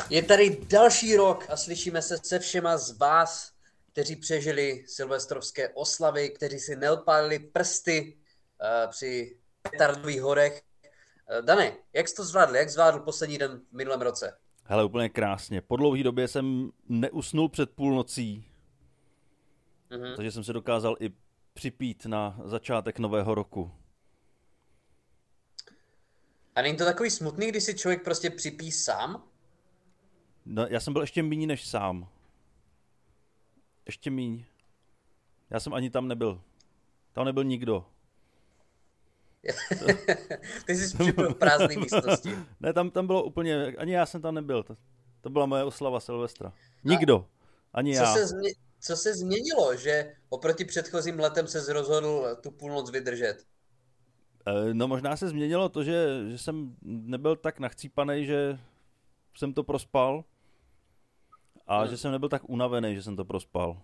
Je tady další rok a slyšíme se se všema z vás, kteří přežili silvestrovské oslavy, kteří si neodpálili prsty při petardových horech. Dane, jak jsi to zvládl? Jak zvládl poslední den v minulém roce? Hele, úplně krásně. Po dlouhé době jsem neusnul před půlnocí, takže jsem se dokázal i připít na začátek nového roku. A není to takový smutný, když si člověk prostě připí sám? No, já jsem byl ještě míň než sám. Ještě míň. Já jsem ani tam nebyl. Tam nebyl nikdo. Ty jsi připil v prázdné místnosti. Ne, tam bylo úplně, ani já jsem tam nebyl. To byla moje oslava Silvestra. Nikdo. Ani já. Co se změnilo, že oproti předchozím letem se rozhodl tu půlnoc vydržet? No možná se změnilo to, že jsem nebyl tak nachcípanej, že jsem to prospal. A že jsem nebyl tak unavený, že jsem to prospal.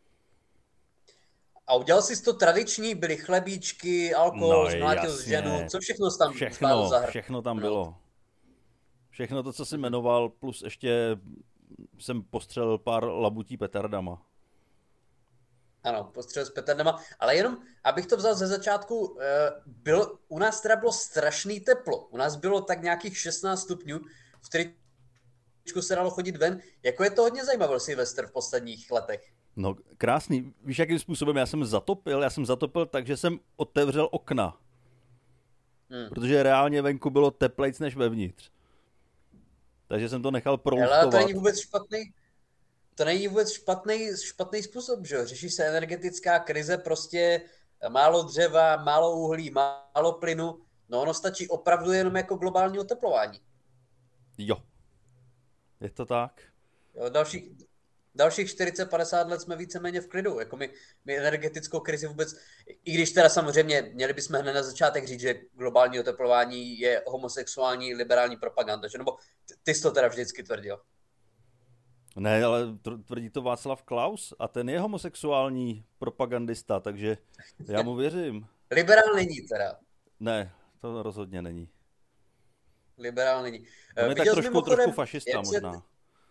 A udělal jsi to tradiční, byly chlebíčky, alkohol, zmlátil ženu, co všechno tam všechno tam bylo. Všechno to, co jsi jmenoval, plus ještě jsem postřelil pár labutí petardama. Ano, postřelil s petardama, ale jenom, abych to vzal ze začátku, u nás teda bylo strašný teplo. U nás bylo tak nějakých 16 stupňů, v tričku se dalo chodit ven. Jako je to hodně zajímavý Silvestr v posledních letech. No krásný. Víš, jakým způsobem já jsem zatopil? Já jsem zatopil tak, že jsem otevřel okna. Protože reálně venku bylo teplejc než vevnitř. Takže jsem to nechal proluftovat. Ale to není vůbec špatný. To není vůbec špatný způsob, že jo? Řeší se energetická krize, prostě málo dřeva, málo uhlí, málo plynu. No ono stačí opravdu jenom jako globální oteplování. Jo. Je to tak. Jo, dalších 40-50 let jsme víceméně v klidu. Jako my energetickou krizi vůbec, i když teda samozřejmě měli bychom hned na začátek říct, že globální oteplování je homosexuální liberální propaganda, že? Nebo ty jsi to teda vždycky tvrdil. Ne, ale tvrdí to Václav Klaus a ten je homosexuální propagandista, takže já mu věřím. Liberál není teda. Ne, to rozhodně není. Liberál není. On je tak trošku fašista možná.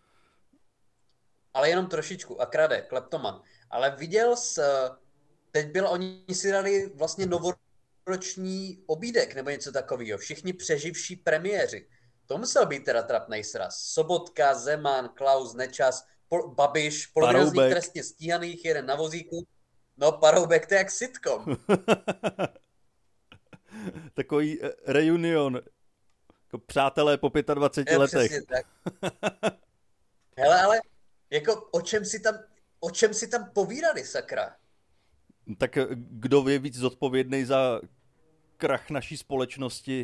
Ale jenom trošičku a krade, kleptoman. Ale viděl jsi, oni si dali vlastně novoroční obídek nebo něco takového. Všichni přeživší premiéři. To musel být teda trapnej sraz. Sobotka, Zeman, Klaus, Nečas, Babiš, polovina z nich trestně stíhaných, jeden na vozíku. No Paroubek, to je jak sitcom. Takový reunion. Jako přátelé po 25 letech. Přesně tak. Hele, ale jako o čem si tam povídali, sakra? Tak kdo je víc zodpovědný za krach naší společnosti?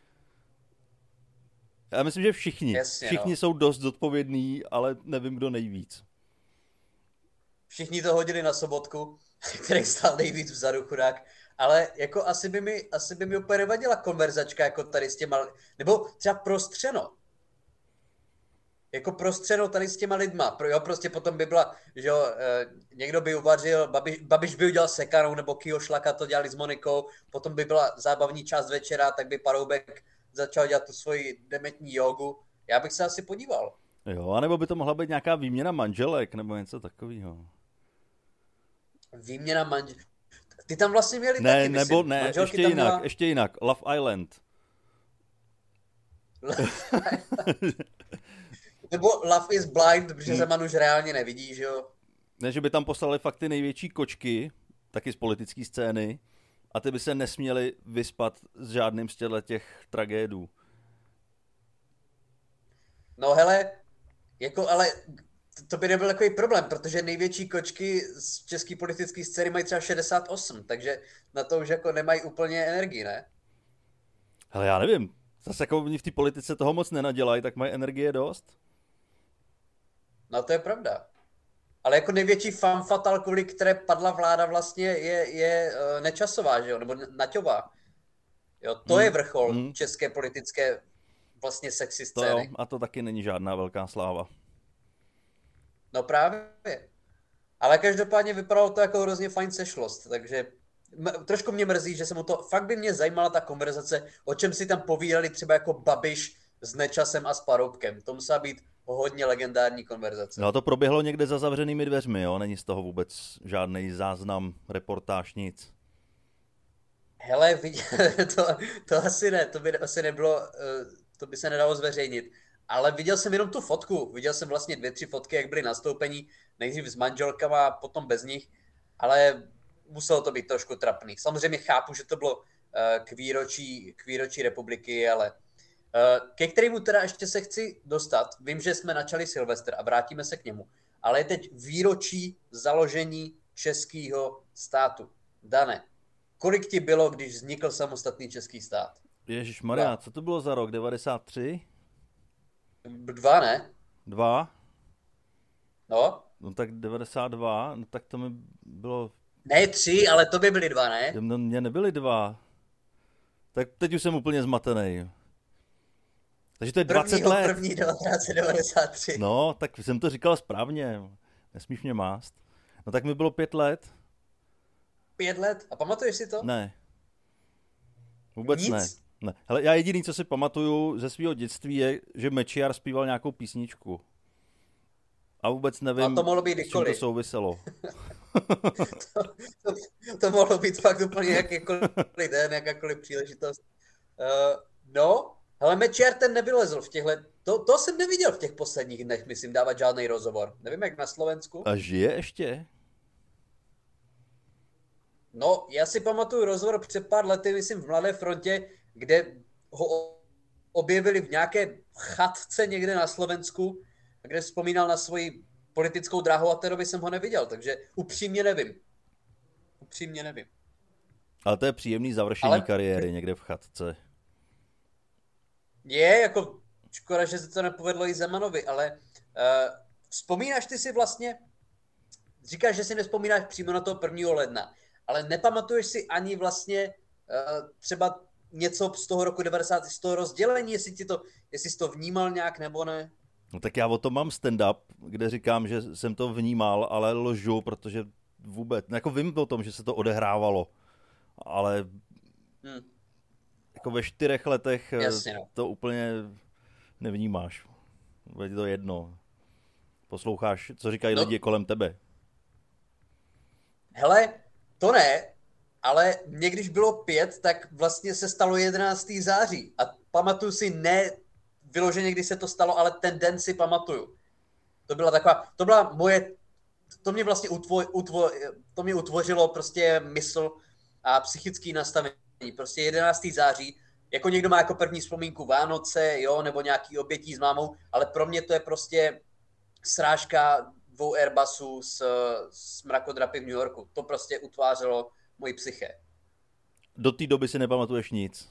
Já myslím, že všichni. Jasně, všichni jsou dost zodpovědní, ale nevím, kdo nejvíc. Všichni to hodili na Sobotku, který stál nejvíc vzadu, chudák. Ale jako asi by mi úplně nevadila konverzačka jako tady s těma, nebo třeba prostřeno. Jako prostřeno tady s těma lidma. Jo, prostě potom by byla, že jo, někdo by uvařil, Babiš by udělal sekanou, nebo Kio Šlaka to dělali s Monikou, potom by byla zábavní část večera, tak by Paroubek začal dělat tu svoji dementní jogu. Já bych se asi podíval. Jo, anebo by to mohla být nějaká výměna manželek, nebo něco takového. Výměna manželek. Ty tam vlastně měli ne, taky, nebo ne, ještě jinak. Love Island. Nebo Love is Blind, protože Zeman už reálně nevidí, že jo? Ne, že by tam poslali fakt ty největší kočky, taky z politické scény, a ty by se nesměli vyspat s žádným z těch tragédů. No hele, jako ale to by nebyl takový problém, protože největší kočky z české politické scény mají třeba 68, takže na to už jako nemají úplně energii, ne? Hele, já nevím. Zase jako oni v té politice toho moc nenadělají, tak mají energie dost. No to je pravda. Ale jako největší femme fatale, kvůli které padla vláda vlastně je Nečasová, že jo? Nebo Naťová. Jo, to je vrchol české politické vlastně sexy scény. To jo, a to taky není žádná velká sláva. No právě. Ale každopádně vypadalo to jako hrozně fajn sešlost, takže trošku mě mrzí, že se mu to, fakt by mě zajímala ta konverzace, o čem si tam povídali třeba jako Babiš s Nečasem a s Paroubkem. To musela být hodně legendární konverzace. No a to proběhlo někde za zavřenými dveřmi, jo? Není z toho vůbec žádný záznam, reportáž, nic. Hele, to asi ne, to by asi nebylo, to by se nedalo zveřejnit. Ale viděl jsem jenom tu fotku, viděl jsem vlastně 2-3 fotky, jak byly nastoupení, nejdřív s manželkama, potom bez nich, ale muselo to být trošku trapný. Samozřejmě chápu, že to bylo k výročí republiky, ale ke kterému teda ještě se chci dostat. Vím, že jsme načali Silvestr a vrátíme se k němu, ale je teď výročí založení českého státu. Dane, kolik ti bylo, když vznikl samostatný český stát? Ježišmarja, co to bylo za rok? 93? 2, ne? 2? No. No tak 92, no tak to mi bylo... Ne 3, ale to by byly 2, ne? No, mě nebyly 2. Tak teď už jsem úplně zmatený. Takže to je 20 let. 1993. No, tak jsem to říkal správně. Nesmíš mě mást. No tak mi bylo 5 let. 5 let? A pamatuješ si to? Ne. Vůbec Nic? ne. Hele, já jediný, co si pamatuju ze svého dětství je, že Mečiar zpíval nějakou písničku. A vůbec nevím, a to mohlo být s čím to souviselo. to mohlo být fakt úplně jakýkoliv den, jakákoliv příležitost. No, ale Mečiar ten nevylezl v těchto... To jsem neviděl v těch posledních dnech, myslím, dávat žádný rozhovor. Nevím, jak na Slovensku. A žije ještě? No, já si pamatuju rozhovor před pár lety, myslím, v Mladé frontě, kde ho objevili v nějaké chatce někde na Slovensku, kde vzpomínal na svoji politickou dráhu a té doby jsem ho neviděl, takže upřímně nevím. Ale to je příjemný završení kariéry někde v chatce. Je, jako škoda, že se to nepovedlo i Zemanovi, ale vzpomínáš ty si vlastně, říkáš, že si nevzpomínáš přímo na toho 1. ledna, ale nepamatuješ si ani vlastně třeba něco z toho roku 90, z toho rozdělení, jestli jsi to vnímal nějak nebo ne? No tak já o tom mám stand-up, kde říkám, že jsem to vnímal, ale lžu, protože vůbec, jako vím o tom, že se to odehrávalo, ale jako ve 4 letech Jasně, no. to úplně nevnímáš. Je to jedno. Posloucháš, co říkají lidi kolem tebe. Hele, to ne, ale mně když bylo 5, tak vlastně se stalo 11. září a pamatuju si ne vyloženě, kdy se to stalo, ale ten den si pamatuju. To byla moje, to mě vlastně to mě utvořilo prostě mysl a psychický nastavení. Prostě 11. září, jako někdo má jako první vzpomínku Vánoce, jo, nebo nějaký obětí s mámou, ale pro mě to je prostě srážka 2 Airbusů s mrakodrapy v New Yorku. To prostě utvářelo moji psyché. Do té doby si nepamatuješ nic?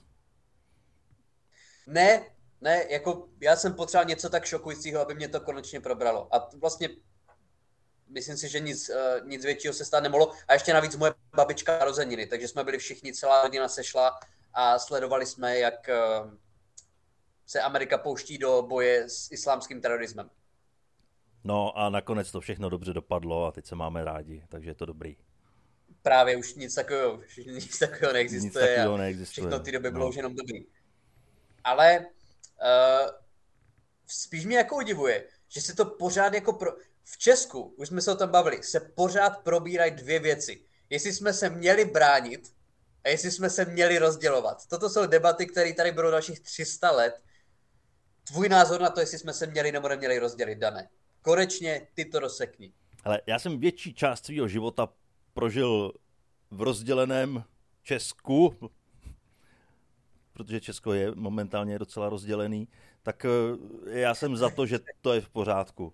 Ne, jako já jsem potřeboval něco tak šokujícího, aby mě to konečně probralo. A vlastně myslím si, že nic většího se stát nemohlo. A ještě navíc moje babička narozeniny, takže jsme byli všichni, celá rodina sešla a sledovali jsme, jak se Amerika pouští do boje s islámským terorismem. No a nakonec to všechno dobře dopadlo a teď se máme rádi, takže je to dobrý. Právě už nic takového neexistuje. Všechno ty doby bylo už jenom dobrý. Ale spíš mě jako udivuje, že se to pořád jako v Česku, už jsme se o tom bavili, se pořád probírají 2 věci. Jestli jsme se měli bránit a jestli jsme se měli rozdělovat. Toto jsou debaty, které tady budou dalších 300 let. Tvůj názor na to, jestli jsme se měli nebo neměli rozdělit, Dane. Konečně ty to rozsekni. Ale já jsem větší část svého života prožil v rozděleném Česku, protože Česko je momentálně docela rozdělený, tak já jsem za to, že to je v pořádku.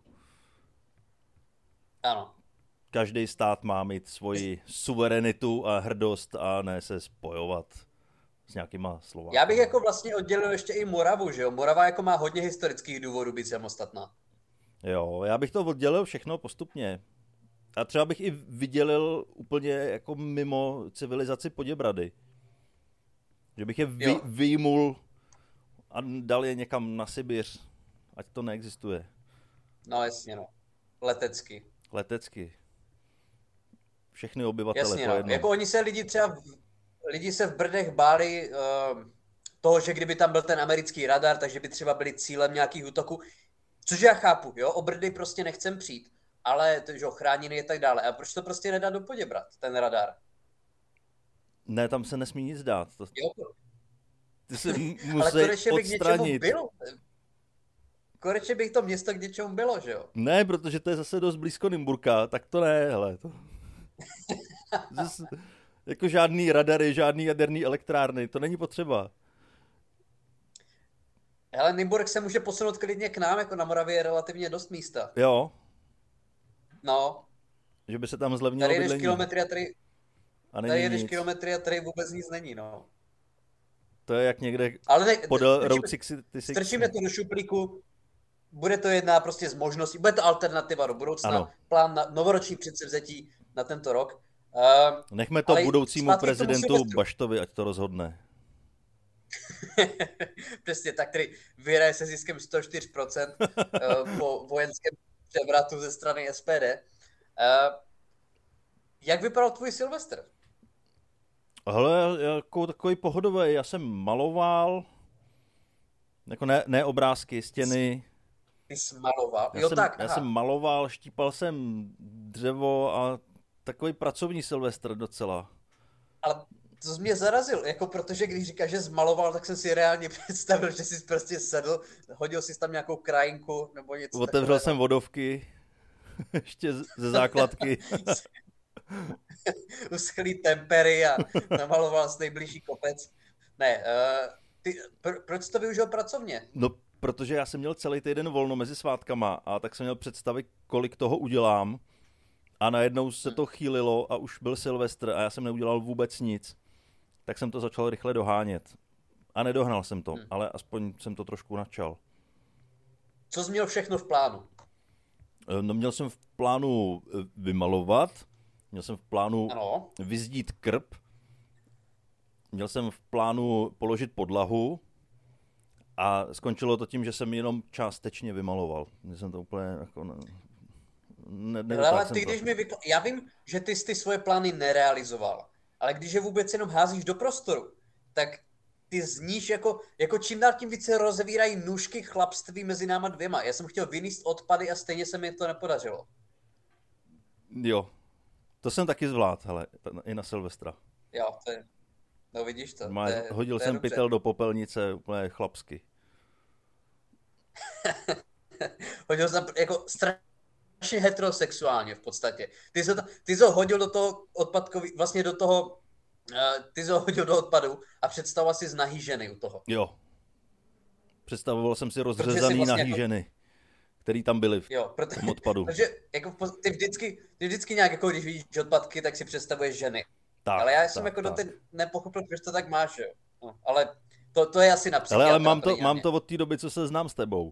Ano. Každý stát má mít svoji suverenitu a hrdost a ne se spojovat s nějakýma Slováky. Já bych jako vlastně oddělil ještě i Moravu, že jo? Morava jako má hodně historických důvodů být samostatná. Jo, já bych to oddělil všechno postupně. A třeba bych i vydělil úplně jako mimo civilizaci Poděbrady. Že bych je vyjmul a dal je někam na Sibiř, ať to neexistuje. No jasně, no. Letecky. Všechny obyvatele jasně, pojednou. No. Jako oni se lidi se v Brdech báli toho, že kdyby tam byl ten americký radar, takže by třeba byli cílem nějakých útoků. Což já chápu, jo, o Brdy prostě nechcem přijít, ale to, že chráněný je tak dále. A proč to prostě nedá do Poděbrad, ten radar? Ne, tam se nesmí nic dát. Jo. Ty se Ale musí konečně by k něčemu odstranit. bylo. Konečně by to město k něčemu bylo, že jo? Ne, protože to je zase dost blízko Nymburka, tak to ne, hele. To... Zase, jako žádný radary, žádný jaderný elektrárny, to není potřeba. Hele, Nymburk se může posunout klidně k nám, jako na Moravě je relativně dost místa. Jo, No, že by se tam zlevnilo tady jedeš bydlení. kilometry a tady Není jedeš nic. kilometry a tady vůbec nic není, no. To je jak někde Ale ne, podél Route 66. strčíme to do šuplíku, bude to jedna prostě z možností, bude to alternativa do budoucna, Ano. plán na novoroční předsevzetí na tento rok. Nechme to ale budoucímu zpátky k tomu prezidentu Silvestru. Baštovi, ať to rozhodne. Přesně, tak který vyhraje se ziskem 104% po vojenském převratu ze strany SPD. Jak vypadal tvůj Silvestr? Hele, jako takový pohodový, já jsem maloval, jako ne obrázky, stěny. Ty jsi maloval? Já jsem maloval, štípal jsem dřevo a takový pracovní Silvestr docela. Ale to jsi mě zarazil, jako protože když říkáš, že zmaloval, tak jsem si reálně představil, že jsi prostě sedl, hodil jsi tam nějakou krajinku nebo něco Otevřel jsem vodovky, ještě ze základky. Uschlý tempery a namaloval z nejbližší kopec. Ne, proč jsi to využil pracovně? No, protože já jsem měl celý týden volno mezi svátkama a tak jsem měl představit, kolik toho udělám. A najednou se to chýlilo a už byl Silvestr a já jsem neudělal vůbec nic. Tak jsem to začal rychle dohánět. A nedohnal jsem to, ale aspoň jsem to trošku načal. Co jsi měl všechno v plánu? No, měl jsem v plánu vymalovat, měl jsem v plánu vyzdít krb, měl jsem v plánu položit podlahu a skončilo to tím, že jsem jenom částečně vymaloval. Mě jsem to úplně jako... Ale ty, když já vím, že ty jsi ty svoje plány nerealizoval, ale když je vůbec jenom házíš do prostoru, tak ty zníš jako čím dál tím více rozevírají nůžky chlapství mezi náma dvěma. Já jsem chtěl vyníst odpady a stejně se mi to nepodařilo. Jo, to jsem taky zvládl, hele, i na Silvestra. Jo, to je, no vidíš to. Hodil jsem pytel do popelnice úplně chlapsky. Hodil jsem jako strašně heterosexuálně v podstatě. Ty jsi ho hodil do toho odpadkový, vlastně do toho, ty jsi ho hodil do odpadu a představoval si z nahý ženy u toho. Jo. Představoval jsem si rozřezaný vlastně nahý ženy, který tam byly v tom odpadu. Protože jako ty vždycky nějak, jako když vidíš odpadky, tak si představuješ ženy. Tak, ale já jsem jako doteď nepochopil, proč to tak máš, jo. No, ale to je asi na psychiatra. Ale mám to od té doby, co se znám s tebou.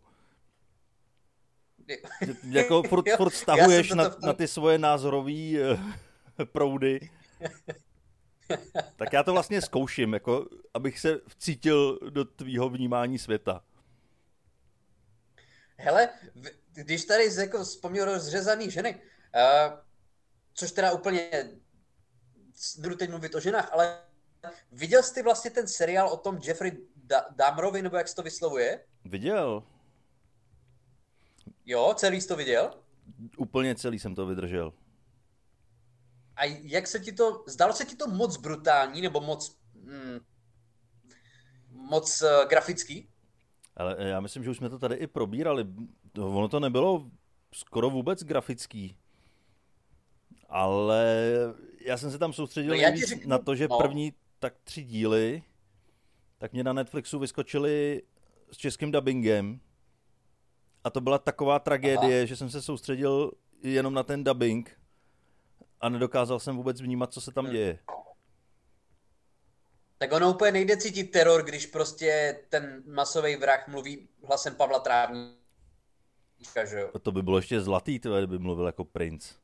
Jako furt stahuješ na ty svoje názorové proudy. Tak já to vlastně zkouším, jako, abych se vcítil do tvýho vnímání světa. Hele, když tady jako vzpomněl rozřezaný ženy, což teda úplně budu teď mluvit o ženách, ale viděl jsi vlastně ten seriál o tom Jeffrey Dahmerovi, nebo jak se to vyslovuje? Viděl. Jo, celý jsi to viděl? Úplně celý jsem to vydržel. A jak se ti to, zdalo se ti to moc brutální, nebo moc grafický? Ale já myslím, že už jsme to tady i probírali. Ono to nebylo skoro vůbec grafický. Ale já jsem se tam soustředil na to, že první tak 3 díly, tak mě na Netflixu vyskočily s českým dubbingem. A to byla taková tragédie, že jsem se soustředil jenom na ten dubbing a nedokázal jsem vůbec vnímat, co se tam děje. Tak ono úplně nejde cítit teror, když prostě ten masový vrah mluví hlasem Pavla Trávníka, že jo? To by bylo ještě zlatý, kdyby mluvil jako princ.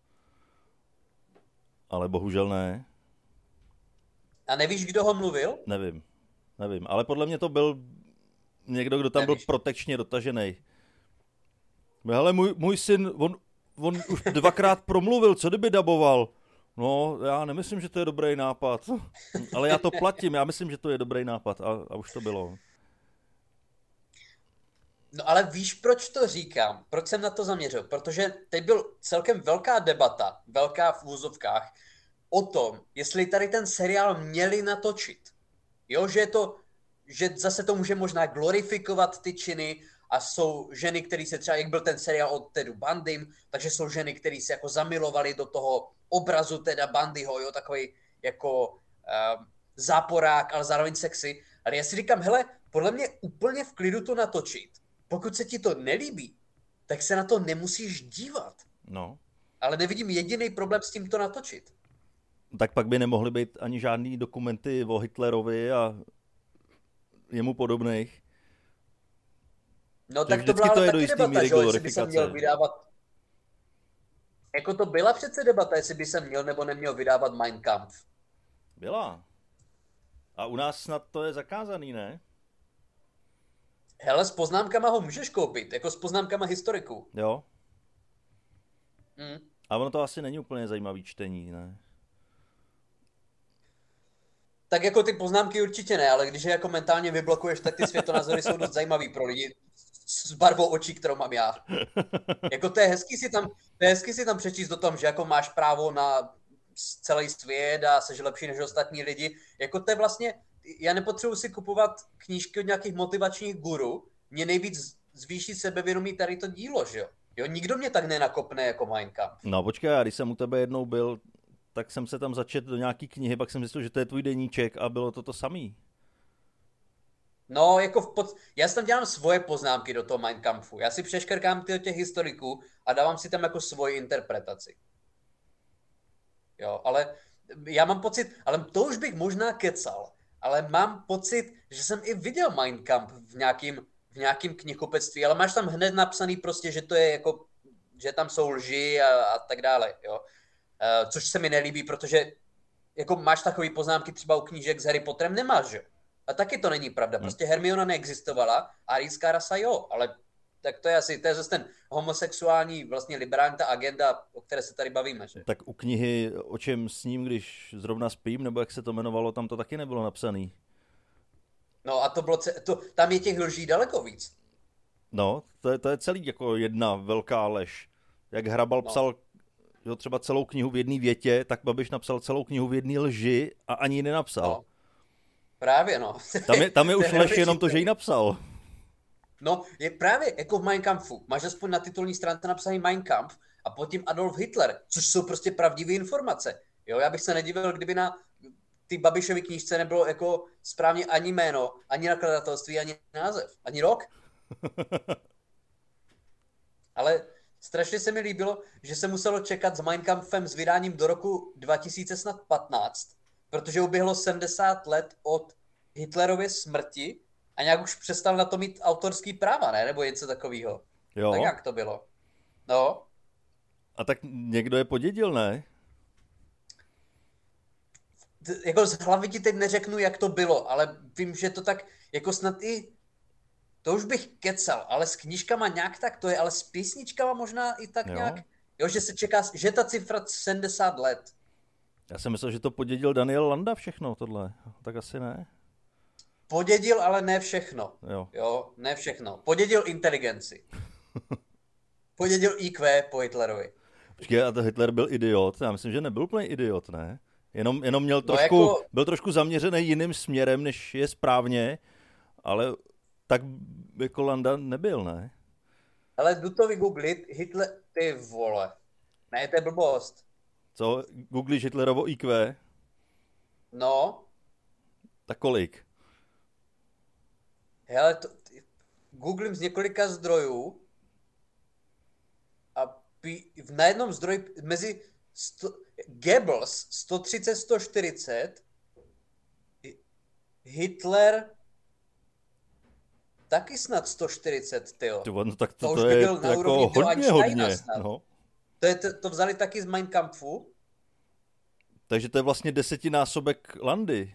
Ale bohužel ne. A nevíš, kdo ho mluvil? Nevím, ale podle mě to byl někdo, kdo tam byl protekčně dotažený. Hele, můj syn, on už 2krát promluvil, co kdyby daboval? No, já nemyslím, že to je dobrý nápad, ale já to platím, já myslím, že to je dobrý nápad a už to bylo. No ale víš, proč to říkám? Proč jsem na to zaměřil? Protože teď byl celkem velká debata, velká v úzovkách, o tom, jestli tady ten seriál měli natočit. Jo, že zase to může možná glorifikovat ty činy a jsou ženy, které se třeba, jak byl ten seriál od Tedu Bundym, takže jsou ženy, které se jako zamilovaly do toho obrazu Teda Bundyho, jo, takový jako záporák, ale zároveň sexy. Ale já si říkám, hele, podle mě úplně v klidu to natočit. Pokud se ti to nelíbí, tak se na to nemusíš dívat. No. Ale nevidím jediný problém s tím to natočit. Tak pak by nemohly být ani žádný dokumenty o Hitlerovi a jemu podobných. No tak to byla taky debata, že jestli by se měl vydávat. Jako to byla přece debata, jestli by se měl nebo neměl vydávat Mein Kampf. Byla. A u nás snad to je zakázaný, ne? Hele, s poznámkama ho můžeš koupit, jako s poznámkama historiků. Jo. A ono to asi není úplně zajímavý čtení, ne? Tak jako ty poznámky určitě ne, ale když je jako mentálně vyblokuješ, tak ty světonázory jsou dost zajímavý pro lidi s barvou očí, kterou mám já. Jako to je hezký si tam přečíst o tom, že jako máš právo na celý svět a seš lepší než ostatní lidi. Jako to je vlastně, já nepotřebuji si kupovat knížky od nějakých motivačních guru, mě nejvíc zvýší sebevědomí tady to dílo, že jo? Jo, nikdo mě tak nenakopne jako Mein Kampf. No počkej, já když jsem u tebe jednou byl, tak jsem se tam začet do nějaký knihy, pak jsem zjistil, že to je tvůj deníček a bylo to samý. No, jako já si tam dělám svoje poznámky do toho Mein Kampfu. Já si přeškrkám těch historiků a dávám si tam jako svoji interpretaci. Jo, ale já mám pocit, ale to už bych možná kecal, ale mám pocit, že jsem i viděl Mein Kampf v nějakým knihkupectví, ale máš tam hned napsaný prostě, že to je jako, že tam jsou lži a tak dále, jo. Což se mi nelíbí, protože jako máš takové poznámky třeba u knížek s Harry Potterem nemáš, že? A taky to není pravda. Prostě Hermiona neexistovala a arijská rasa jo, ale tak to je zase ten homosexuální vlastně liberální ta agenda, o které se tady bavíme, že? Tak u knihy O čem s ním, když zrovna spím, nebo jak se to jmenovalo, tam to taky nebylo napsaný. No a to bylo, tam je těch lží daleko víc. No, to je celý jako jedna velká lež. Jak Hrabal psal jo, třeba celou knihu v jedné větě, tak Babiš napsal celou knihu v jedné lži a ani ji nenapsal. No. Právě, no. Tam je už lež jenom to, že ji napsal. No, je právě jako v Mein Kampfu. Máš aspoň na titulní stránce napsaný Mein Kampf a pod tím Adolf Hitler, což jsou prostě pravdivé informace. Jo, já bych se nedivil, kdyby na ty Babišovy knížce nebylo jako správně ani jméno, ani nakladatelství, ani název, ani rok. Ale strašně se mi líbilo, že se muselo čekat s Mein Kampfem s vydáním do roku 2015, protože uběhlo 70 let od Hitlerově smrti a nějak už přestal na to mít autorský práva, ne? Nebo něco takového. Jo. Tak jak to bylo? No. A tak někdo je podědil, ne? Jako z hlavy ti teď neřeknu, jak to bylo, ale vím, že to tak, jako snad i, to už bych kecal, ale s knížkama nějak tak to je, ale s písničkama možná i tak nějak, jo, že se čeká, že ta cifra 70 let. Já jsem myslel, že to podědil Daniel Landa všechno tohle, tak asi ne. Podědil, ale ne všechno. Jo, ne všechno. Podědil inteligenci. Podědil IQ po Hitlerovi. Počkej, a to Hitler byl idiot? Já myslím, že nebyl úplně idiot, ne? Jenom měl trošku, no jako... byl trošku zaměřený jiným směrem, než je správně, ale tak jako Landa nebyl, ne? Ale jdu to vygooglit, Hitler, ty vole. Ne, to je blbost. Co? Googlíš Hitlerovo IQ? No. Tak kolik? Hele, googlím z několika zdrojů a na jednom zdroji mezi Goebbels 130-140, Hitler taky snad 140, tyjo. No, tak to je jako hodně. No. To vzali taky z Mein Kampfu. Takže to je vlastně 10násobek Landy.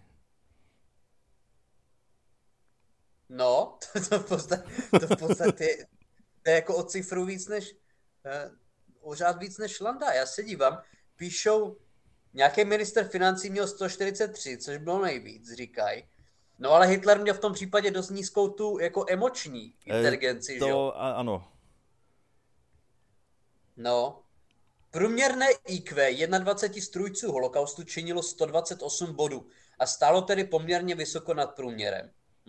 No, to v podstatě to je jako o cifru víc než, o řád víc než Landa. Já se dívám, píšou, nějaký minister financí měl 143, což bylo nejvíc, říkají. No ale Hitler měl v tom případě dost nízkou tu jako emoční inteligenci, že jo? Ano. No. Průměrné IQ 21 strůjců holokaustu činilo 128 bodů a stálo tedy poměrně vysoko nad průměrem.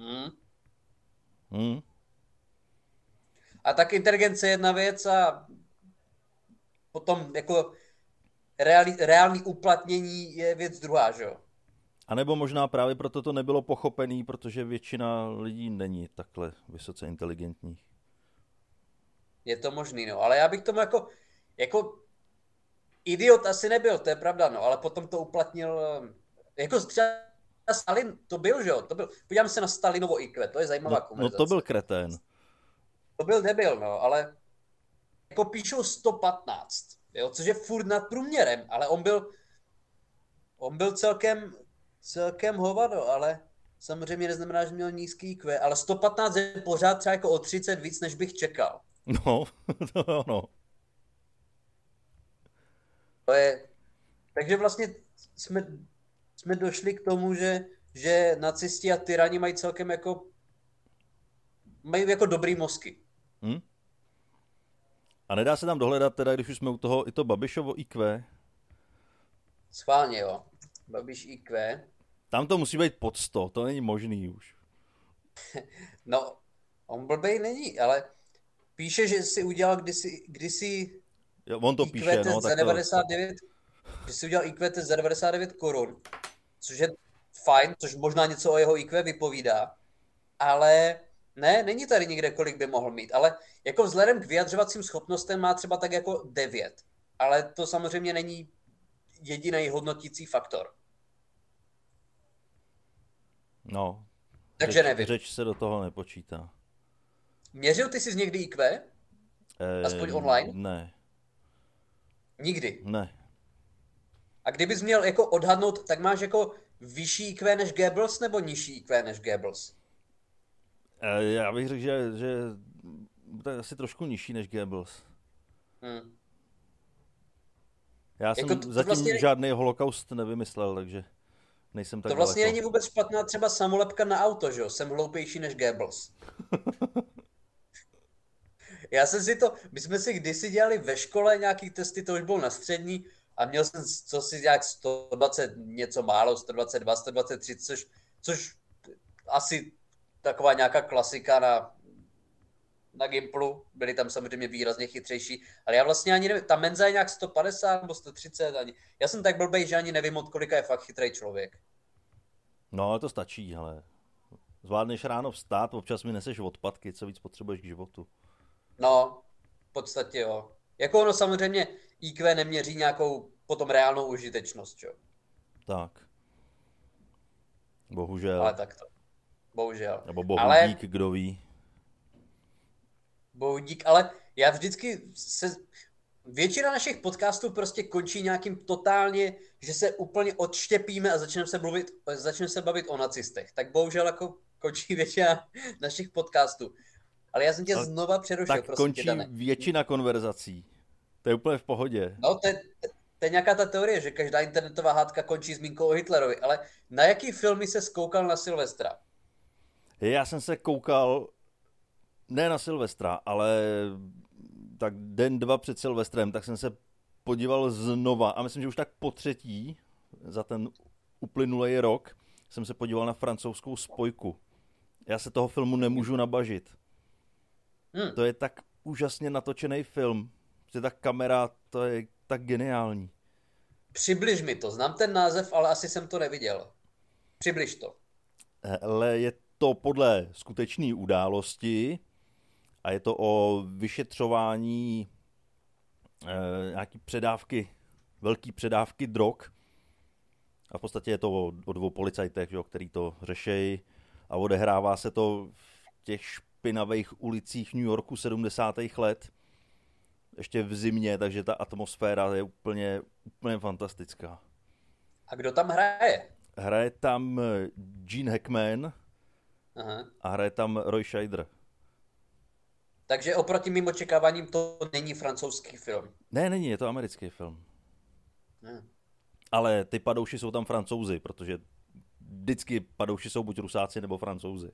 A tak inteligence je jedna věc a potom jako reálný uplatnění je věc druhá, že jo? A nebo možná právě proto to nebylo pochopený, protože většina lidí není takhle vysoce inteligentních. Je to možný, no. Ale já bych tomu jako idiot asi nebyl, to je pravda, no. Ale potom to uplatnil, jako třeba Stalin to byl, že jo? Podívám se na Stalinovo IQ, to je zajímavá konverzace. No to byl kretén. To byl debil, no, ale jako píšou 115, jo, což je furt nad průměrem, ale on byl celkem hovado, ale samozřejmě neznamená, že měl nízký IQ, ale 115 je pořád třeba jako o 30 víc, než bych čekal. No, to ono. To je, takže vlastně jsme došli k tomu, že nacisti a tyrani mají celkem mají jako dobrý mozky. A nedá se tam dohledat teda, když už jsme u toho, i to Babišovo IQ? Schválně, jo. Babiš IQ. Tam to musí být pod 100, to není možný už. No, on blbej není, ale píše, že si udělal kdysi jo, on to IQ píše, test no, za 99, že si udělal IQ test za 99 korun, což je fajn, což možná něco o jeho IQ vypovídá, ale ne, není tady nikde, kolik by mohl mít, ale jako vzhledem k vyjadřovacím schopnostem má třeba tak jako 9, ale to samozřejmě není jediný hodnotící faktor. No, Takže nevím. Řeč se do toho nepočítá. Měřil ty jsi někdy IQ? Aspoň online? Ne. Nikdy? Ne. A kdybys měl jako odhadnout, tak máš jako vyšší IQ než Goebbels nebo nižší IQ než Goebbels? Já bych řekl, že to je asi trošku nižší než Goebbels. Já jsem zatím vlastně žádný holokaust nevymyslel, takže nejsem tak to vlastně daleko. není vůbec špatná třeba samolepka na auto, že jo? Jsem hloupější než Goebbels. My jsme si kdysi dělali ve škole nějaký testy, to už bylo na střední, a měl jsem nějak 120 něco málo, 122, 123, což asi taková nějaká klasika na Gimplu, byli tam samozřejmě výrazně chytřejší, ale já vlastně ani nevím, ta menza je nějak 150 nebo 130, já jsem tak blbej, že ani nevím, od kolika je fakt chytrý člověk. No, ale to stačí, ale zvládneš ráno vstát, občas mi neseš odpadky, co víc potřebuješ k životu. No, v podstatě jo. Jako ono samozřejmě IQ neměří nějakou potom reálnou užitečnost, jo. Tak. Bohužel. Ale tak to. Bohužel. Nebo bohudík, kdo ví. Bohudík, ale já vždycky většina našich podcastů prostě končí nějakým totálně, že se úplně odštěpíme a začneme se bavit o nacistech. Tak bohužel jako končí většina našich podcastů. Ale já jsem tě znova přerušil. Tak končí většina konverzací. To je úplně v pohodě. No, to je nějaká ta teorie, že každá internetová hádka končí zmínkou o Hitlerovi. Ale na jaký filmy se skoukal na Silvestra? Já jsem se koukal ne na Silvestra, ale tak den, dva před Silvestrem, tak jsem se podíval znova a myslím, že už tak po třetí za ten uplynulý rok jsem se podíval na Francouzskou spojku. Já se toho filmu nemůžu nabažit. To je tak úžasně natočený film, že ta kamera, to je tak geniální. Přibliž mi to, znám ten název, ale asi jsem to neviděl. Přibliž to. Ale je to podle skutečné události a je to o vyšetřování nějaký velký předávky drog. A v podstatě je to o dvou policajtech, který to řeší a odehrává se to v těch špinavých ulicích New Yorku 70. let. Ještě v zimě, takže ta atmosféra je úplně fantastická. A kdo tam hraje? Hraje tam Gene Hackman. Aha. A hraje tam Roy Scheider. Takže oproti mým očekáváním to není francouzský film. Ne, není, je to americký film. Ale ty padouši jsou tam Francouzi, protože vždycky padouši jsou buď Rusáci nebo Francouzi.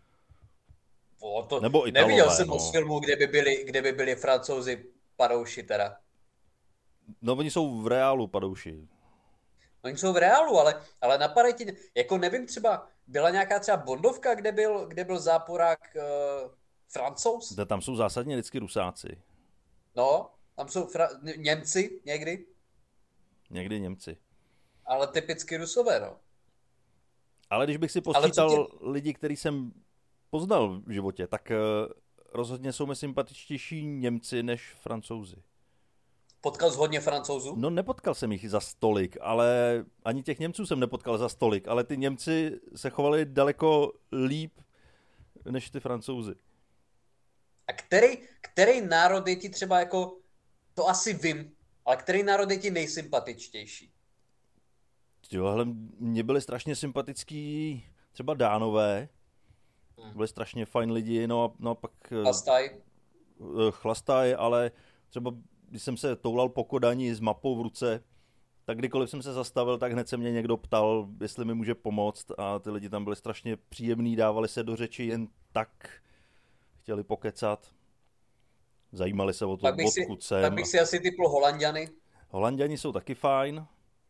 To nebo Italové, neviděl jsem moc filmů, kde by byli Francouzi padouši teda. No oni jsou v reálu padouši. Oni jsou v reálu, ale napadají ti, jako nevím, třeba byla nějaká třeba Bondovka, kde byl záporák Francouz? Tam jsou zásadně vždycky Rusáci. No, tam jsou Němci někdy. Někdy Němci. Ale typicky Rusové, no. Ale když bych si posčítal lidi, který jsem poznal v životě, tak rozhodně jsou mi sympatičtější Němci než Francouzi. Potkal jsi hodně Francouzů? No nepotkal jsem jich za stolik, ale ani těch Němců jsem nepotkal za stolik, ale ty Němci se chovali daleko líp než ty Francouzi. A který národ je ti třeba jako, to asi vím, ale který národ je ti nejsympatičtější? Jo, hele, mně byli strašně sympatický třeba Dánové, byli strašně fajn lidi, no a pak... Chlastaj, ale třeba když jsem se toulal po Kodani s mapou v ruce, tak kdykoliv jsem se zastavil, tak hned se mě někdo ptal, jestli mi může pomoct a ty lidi tam byli strašně příjemní, dávali se do řeči jen tak, chtěli pokecat, zajímali se o to, odkud jsem. Tak bych si asi typl Holanďany. Holanďani jsou taky fajn.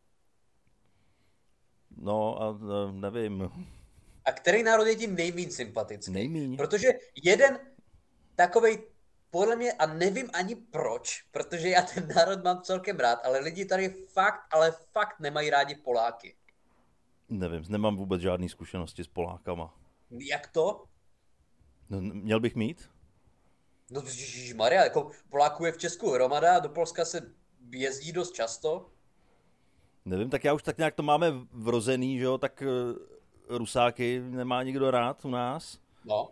No a nevím. A který národ je ti nejméně sympatický? Nejméně. Protože jeden takovej, podle mě, a nevím ani proč, protože já ten národ mám celkem rád, ale lidi tady fakt nemají rádi Poláky. Nevím, nemám vůbec žádný zkušenosti s Polákama. Jak to? No, měl bych mít? No ježišmarja, jako Poláků je v Česku hromada, do Polska se jezdí dost často. Nevím, tak já už tak nějak to máme vrozený, že jo, tak Rusáky nemá nikdo rád u nás. No.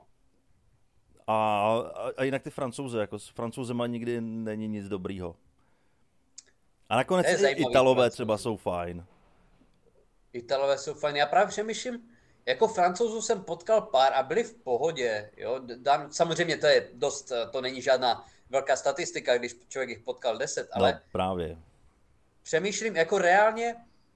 A jinak ty Francouze, jako s Francouzema nikdy není nic dobrýho. A nakonec i Italové třeba jsou fajn. Italové jsou fajn, já právě přemýšlím, jako Francouzů jsem potkal pár a byli v pohodě, jo. Samozřejmě to je dost, to není žádná velká statistika, když člověk jich potkal 10, ale... No, právě. Přemýšlím, jako reálně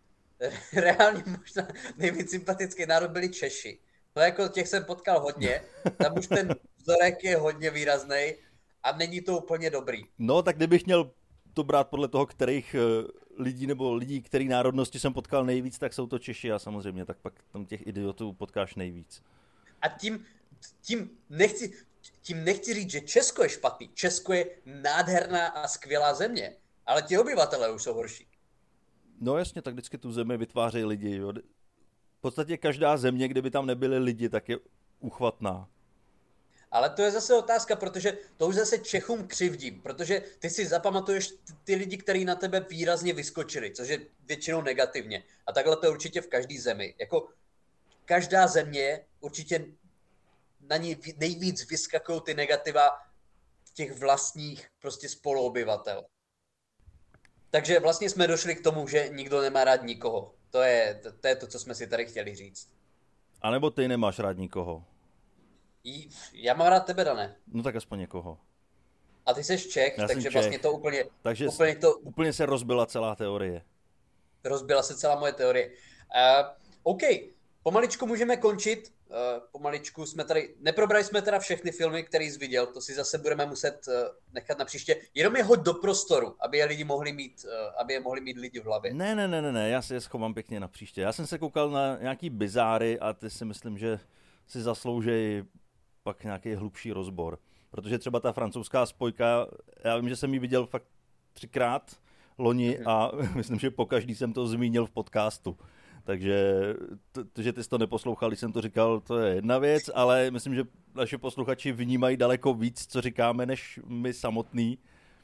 možná nejvíc sympatický národ byli Češi. No jako těch jsem potkal hodně, tam už ten vzorek je hodně výrazný a není to úplně dobrý. No tak kdybych měl to brát podle toho, kterých lidí nebo lidí, který národnosti jsem potkal nejvíc, tak jsou to Češi a samozřejmě, tak pak tam těch idiotů potkáš nejvíc. A tím nechci říct, že Česko je špatný. Česko je nádherná a skvělá země, ale ti obyvatelé už jsou horší. No jasně, tak vždycky tu zemi vytvářejí lidi. Jo. V podstatě každá země, kde by tam nebyly lidi, tak je uchvatná. Ale to je zase otázka, protože to už zase Čechům křivdím, protože ty si zapamatuješ ty lidi, kteří na tebe výrazně vyskočili, což je většinou negativně. A takhle to je určitě v každé zemi. Jako každá země určitě na ní nejvíc vyskakují ty negativa těch vlastních prostě spoluobyvatel. Takže vlastně jsme došli k tomu, že nikdo nemá rád nikoho. To je to, co jsme si tady chtěli říct. A nebo ty nemáš rád nikoho? Já mám rád tebe, Dané. No tak aspoň někoho. A ty jsi Čech, takže vlastně to úplně se rozbila celá teorie. Rozbila se celá moje teorie. OK, pomaličku můžeme končit. Pomaličku jsme tady, neprobrali jsme teda všechny filmy, které jsi viděl, to si zase budeme muset nechat na příště. Jenom je hoď do prostoru, aby je mohli mít lidi v hlavě. Ne, já si je schovám pěkně na příště. Já jsem se koukal na nějaký bizáry a ty si myslím, že si zaslouží pak nějaký hlubší rozbor. Protože třeba ta francouzská spojka, já vím, že jsem ji viděl fakt 3krát loni a myslím, že pokaždý jsem to zmínil v podcastu. Takže že ty jsi to neposlouchal, když jsem to říkal, to je jedna věc, ale myslím, že naši posluchači vnímají daleko víc, co říkáme, než my samotný.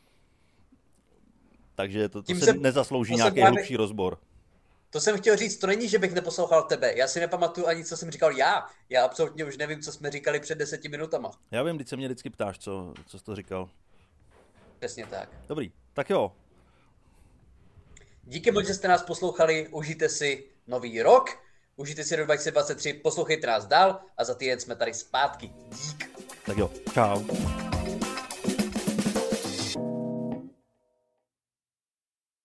Takže to se nezaslouží nějaký hlubší rozbor. To jsem chtěl říct, to není, že bych neposlouchal tebe. Já si nepamatuju ani, co jsem říkal já. Já absolutně už nevím, co jsme říkali před 10 minutama. Já vím, když se mě vždycky ptáš, co jsi to říkal. Přesně tak. Dobrý, tak jo. Díky moc, že jste nás poslouchali, užijte si nový rok, užijte si rok 2023, poslouchejte nás dál a za týden jsme tady zpátky. Dík. Tak jo, čau.